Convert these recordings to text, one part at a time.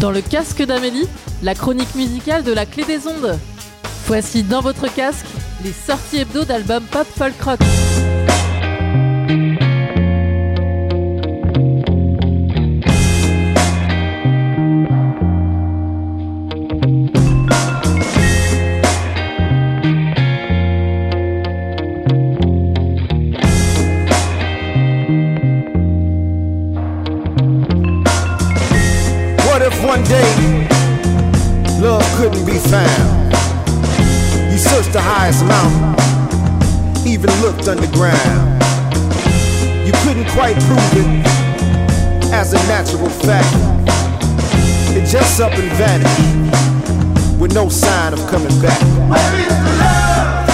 Dans le casque d'Amélie, la chronique musicale de la clé des ondes. Voici dans votre casque les sorties hebdo d'albums pop folk rock. One day, love couldn't be found. You searched the highest mountain, even looked underground. You couldn't quite prove it as a natural fact. It just up and vanished with no sign of coming back. Where is the love?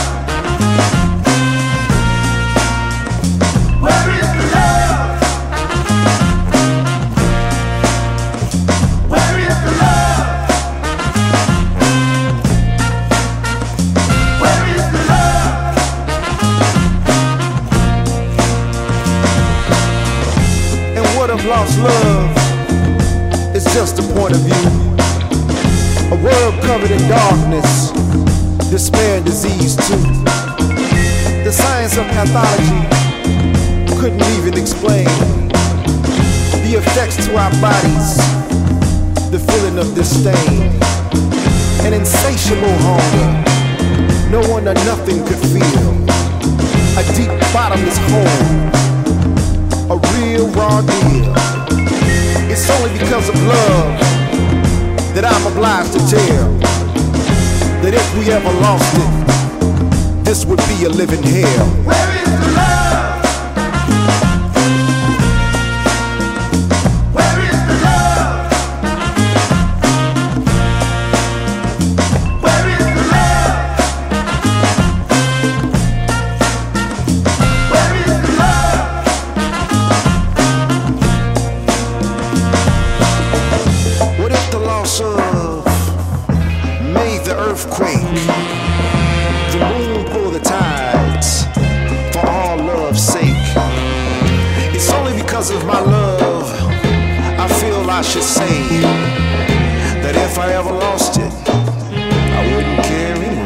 Where is the love? Lost love is just a point of view. A world covered in darkness, despair and disease too. The science of pathology couldn't even explain the effects to our bodies, the feeling of disdain, an insatiable hunger no one or nothing could feel, a deep bottomless hole, a real raw deal. It's only because of love that I'm obliged to tell that if we ever lost it, this would be a living hell. Where is the love? Where is the love? Where is the love? Where is the love? What if the loss of made the earthquake, the moon pull the tides, for all love's sake? It's only because of my love I feel I should say that if I ever lost it, I wouldn't care anyway.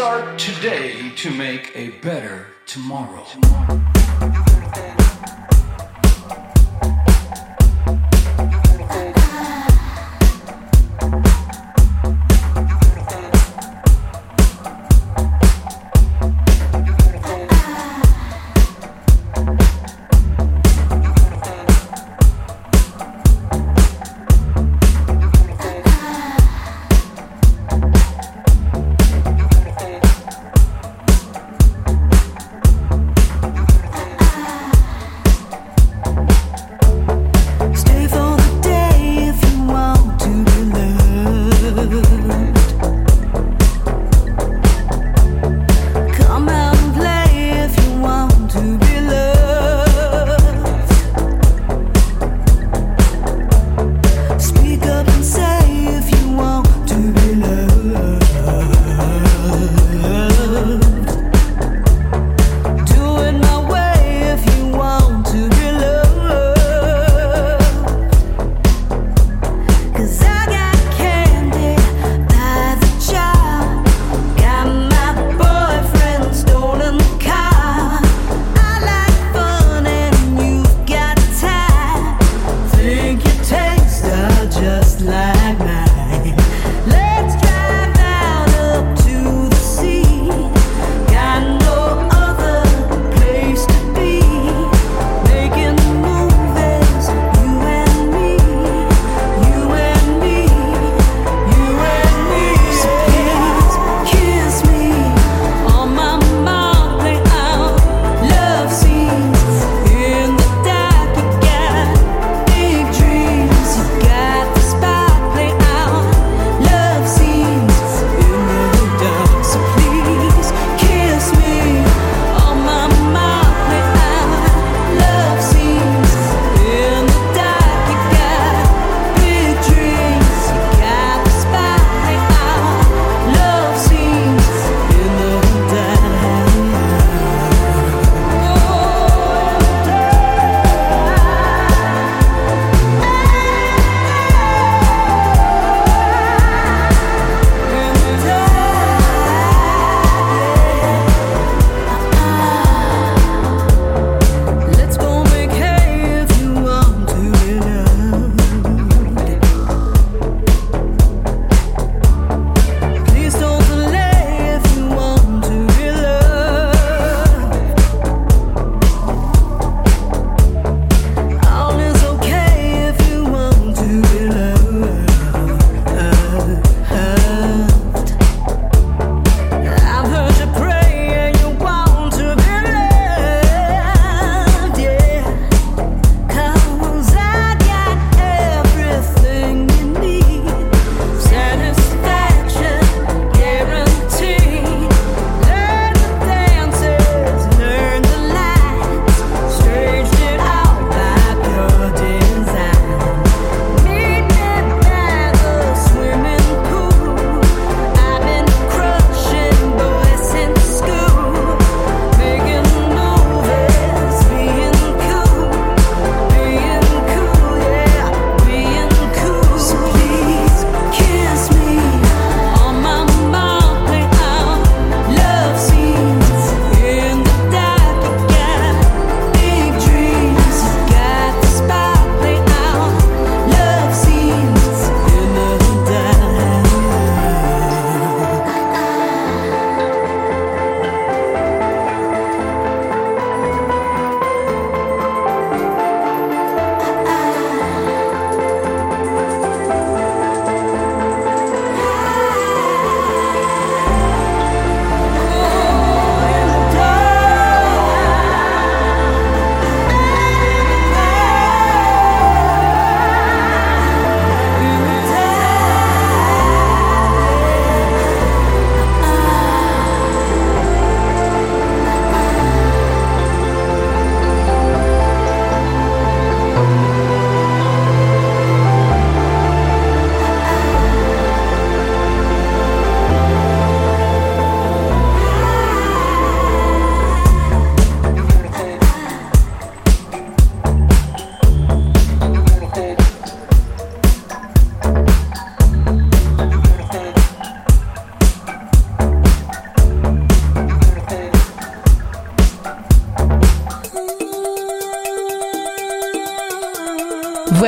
start today to make a better tomorrow.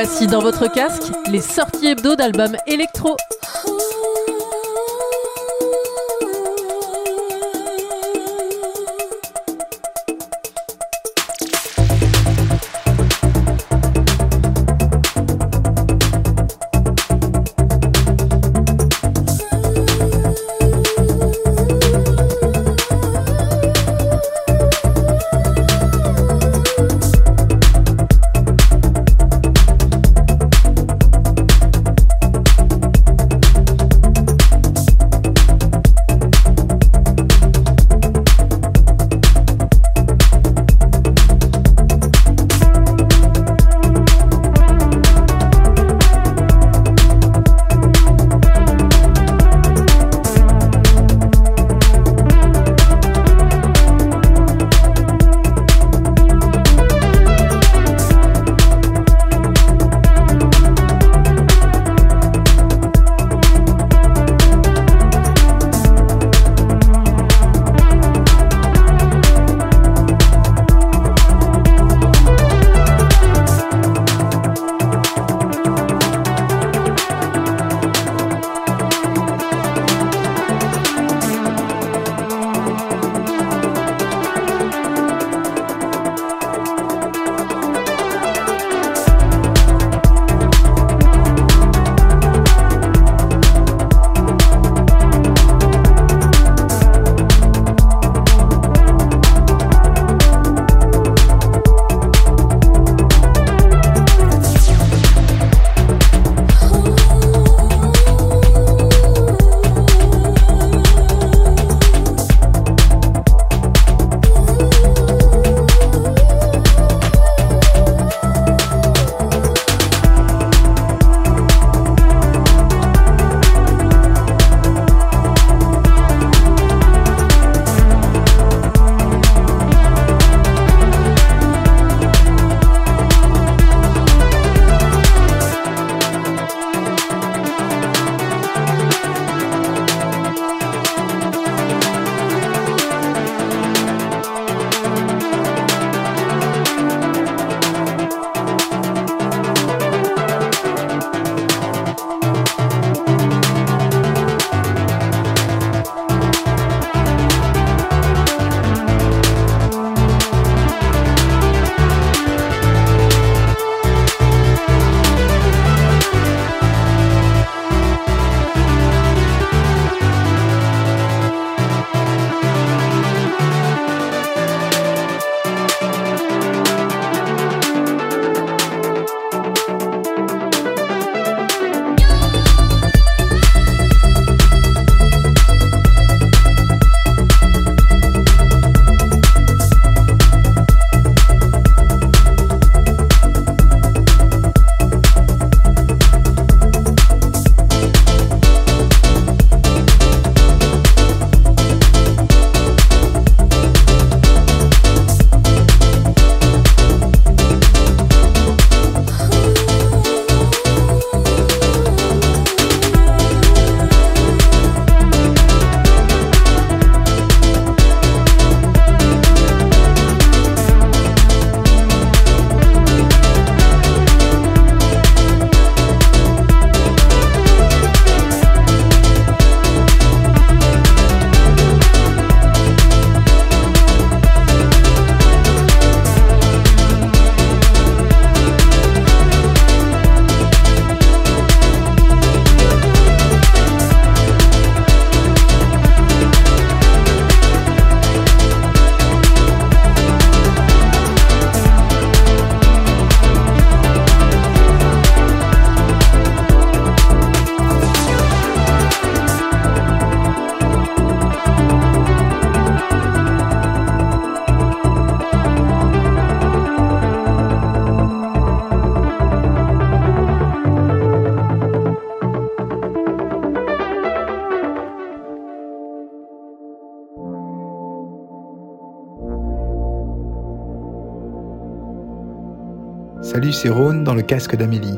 Voici dans votre casque les sorties hebdo d'albums électro. Salut, c'est Rhône dans le casque d'Amélie.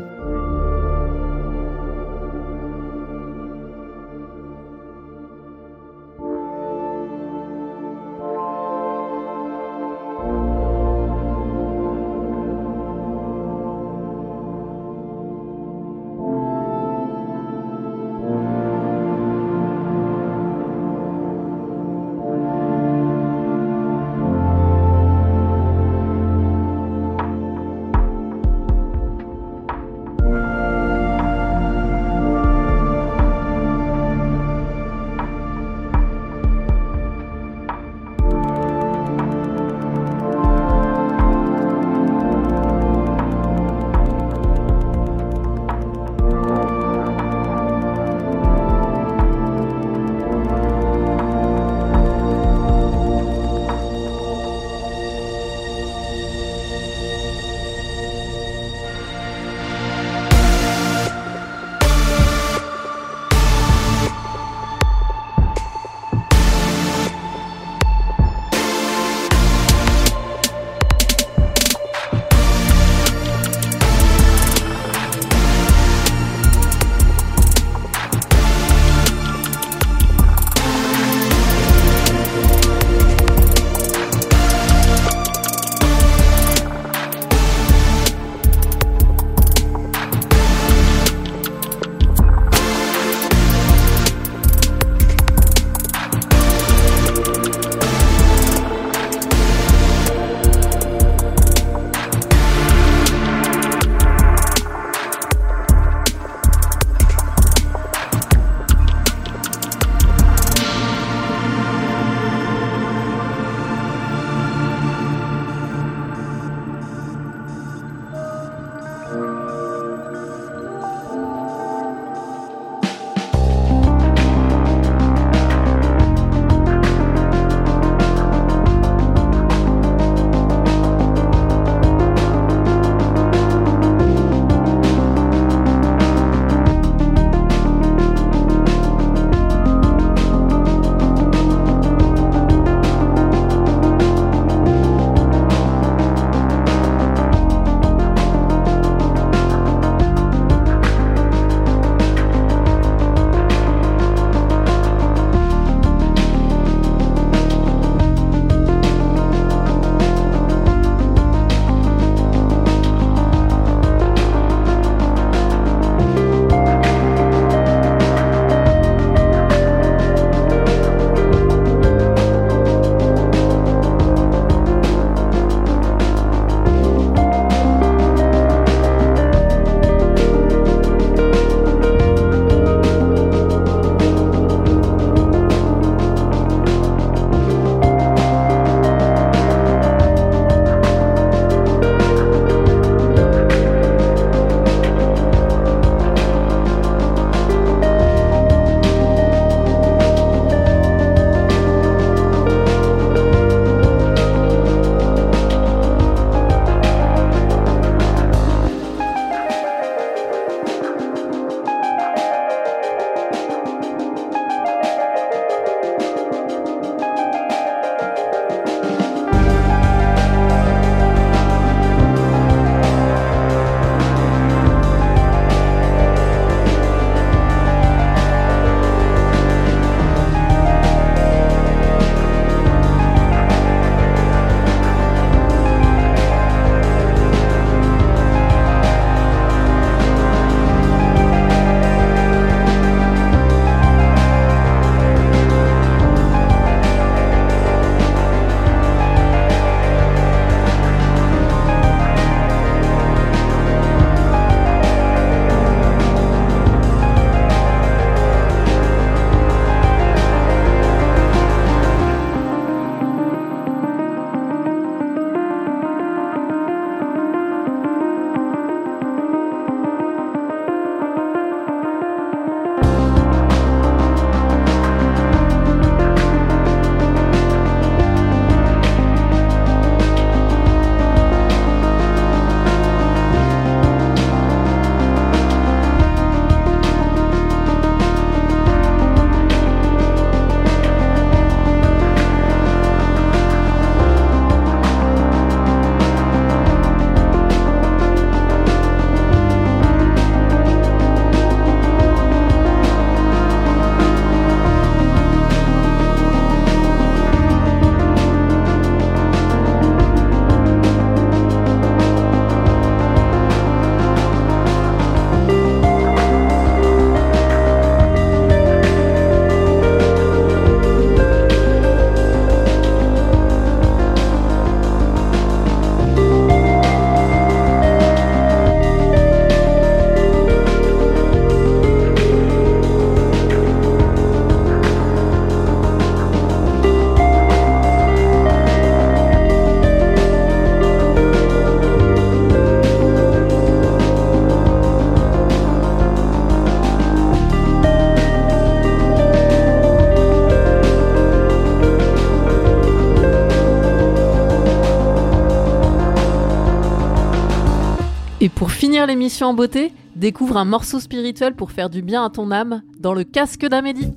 Et pour finir l'émission en beauté, découvre un morceau spirituel pour faire du bien à ton âme dans le casque d'Amélie.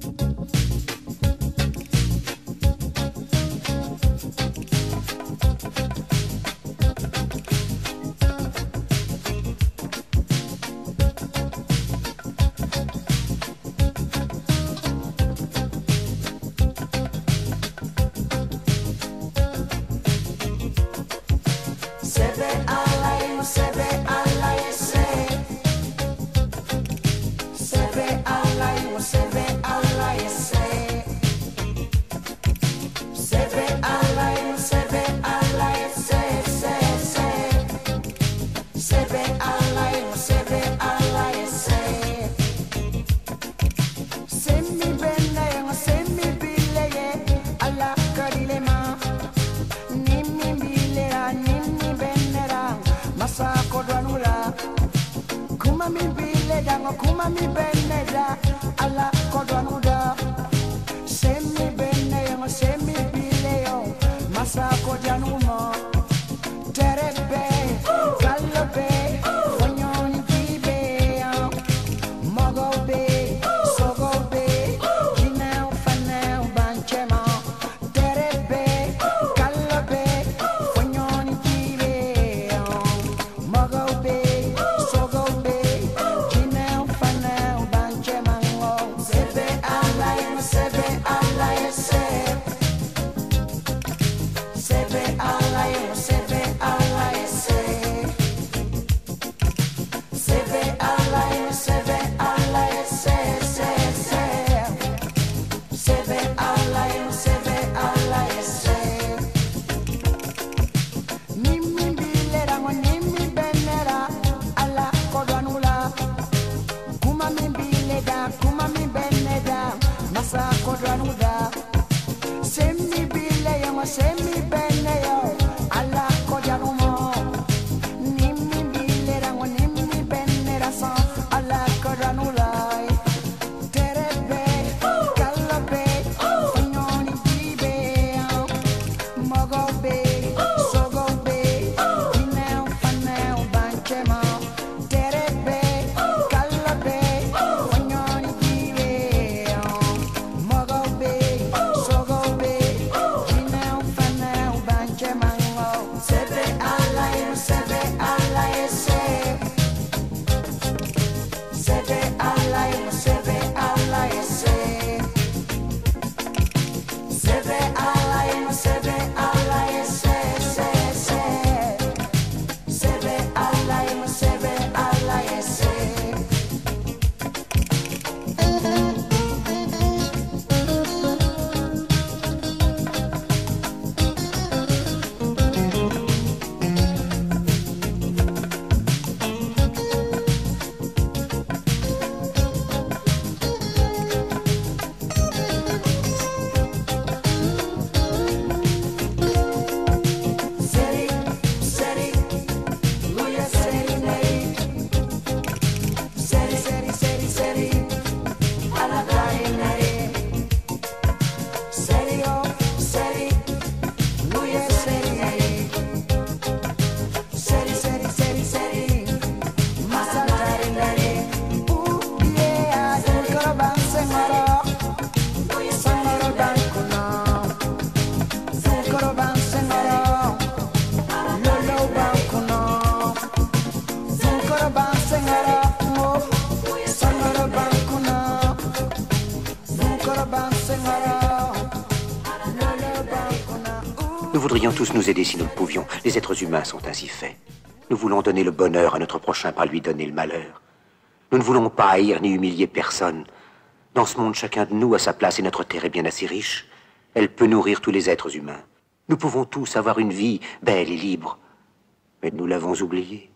Nous voudrions tous nous aider si nous le pouvions. Les êtres humains sont ainsi faits. Nous voulons donner le bonheur à notre prochain par lui donner le malheur. Nous ne voulons pas haïr ni humilier personne. Dans ce monde, chacun de nous a sa place et notre terre est bien assez riche. Elle peut nourrir tous les êtres humains. Nous pouvons tous avoir une vie belle et libre. Mais nous l'avons oublié.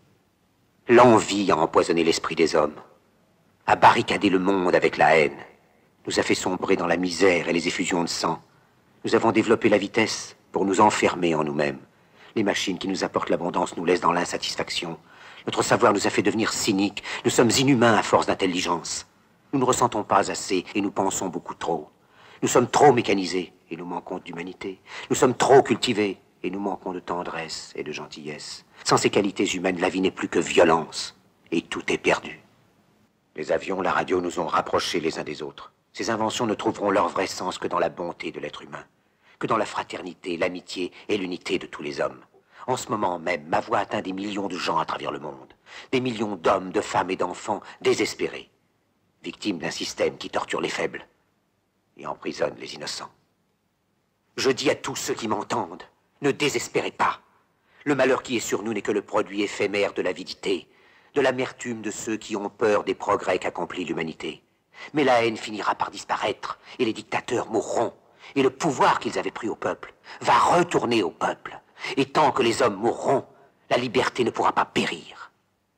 L'envie a empoisonné l'esprit des hommes, a barricadé le monde avec la haine, nous a fait sombrer dans la misère et les effusions de sang. Nous avons développé la vitesse pour nous enfermer en nous-mêmes. Les machines qui nous apportent l'abondance nous laissent dans l'insatisfaction. Notre savoir nous a fait devenir cyniques. Nous sommes inhumains à force d'intelligence. Nous ne ressentons pas assez et nous pensons beaucoup trop. Nous sommes trop mécanisés et nous manquons d'humanité. Nous sommes trop cultivés Et nous manquons de tendresse et de gentillesse. Sans ces qualités humaines, la vie n'est plus que violence. Et tout est perdu. Les avions, la radio nous ont rapprochés les uns des autres. Ces inventions ne trouveront leur vrai sens que dans la bonté de l'être humain, que dans la fraternité, l'amitié et l'unité de tous les hommes. En ce moment même, ma voix atteint des millions de gens à travers le monde. Des millions d'hommes, de femmes et d'enfants désespérés, victimes d'un système qui torture les faibles et emprisonne les innocents. Je dis à tous ceux qui m'entendent, ne désespérez pas. Le malheur qui est sur nous n'est que le produit éphémère de l'avidité, de l'amertume de ceux qui ont peur des progrès qu'accomplit l'humanité. Mais la haine finira par disparaître, et les dictateurs mourront, et le pouvoir qu'ils avaient pris au peuple va retourner au peuple. Et tant que les hommes mourront, la liberté ne pourra pas périr.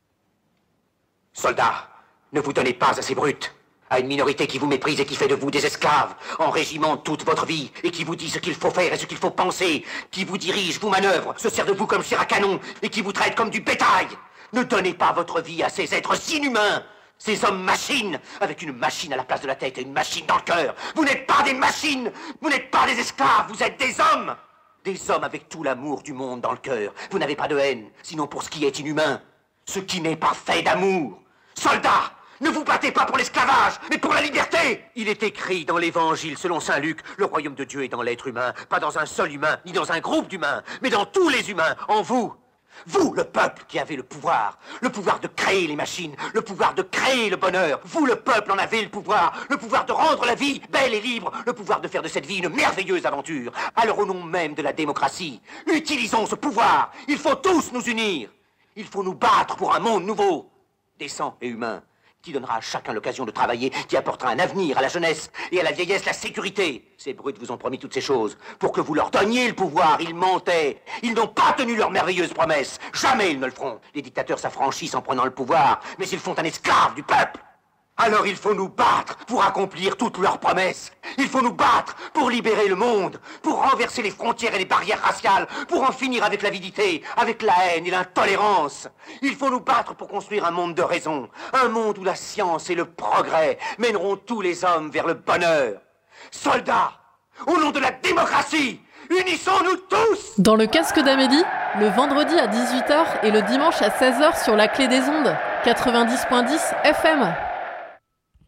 Soldats, ne vous donnez pas à ces brutes, à une minorité qui vous méprise et qui fait de vous des esclaves, en régiment toute votre vie, et qui vous dit ce qu'il faut faire et ce qu'il faut penser, qui vous dirige, vous manœuvre, se sert de vous comme chair à canon, et qui vous traite comme du bétail. Ne donnez pas votre vie à ces êtres inhumains, ces hommes-machines, avec une machine à la place de la tête et une machine dans le cœur. Vous n'êtes pas des machines, vous n'êtes pas des esclaves, vous êtes des hommes. Des hommes avec tout l'amour du monde dans le cœur. Vous n'avez pas de haine, sinon pour ce qui est inhumain, ce qui n'est pas fait d'amour. Soldats, ne vous battez pas pour l'esclavage, mais pour la liberté. Il est écrit dans l'Évangile selon saint Luc, le royaume de Dieu est dans l'être humain, pas dans un seul humain, ni dans un groupe d'humains, mais dans tous les humains, en vous. Vous, le peuple qui avez le pouvoir de créer les machines, le pouvoir de créer le bonheur. Vous, le peuple, en avez le pouvoir de rendre la vie belle et libre, le pouvoir de faire de cette vie une merveilleuse aventure. Alors au nom même de la démocratie, utilisons ce pouvoir. Il faut tous nous unir. Il faut nous battre pour un monde nouveau, décent et humain, qui donnera à chacun l'occasion de travailler, qui apportera un avenir à la jeunesse et à la vieillesse la sécurité. Ces brutes vous ont promis toutes ces choses pour que vous leur donniez le pouvoir. Ils mentaient. Ils n'ont pas tenu leurs merveilleuses promesses. Jamais ils ne le feront. Les dictateurs s'affranchissent en prenant le pouvoir, mais ils font un esclave du peuple. Alors il faut nous battre pour accomplir toutes leurs promesses. Il faut nous battre pour libérer le monde, pour renverser les frontières et les barrières raciales, pour en finir avec l'avidité, avec la haine et l'intolérance. Il faut nous battre pour construire un monde de raison, un monde où la science et le progrès mèneront tous les hommes vers le bonheur. Soldats, au nom de la démocratie, unissons-nous tous! Dans le casque d'Amélie, le vendredi à 18h et le dimanche à 16h sur la Clé des Ondes, 90.10 FM.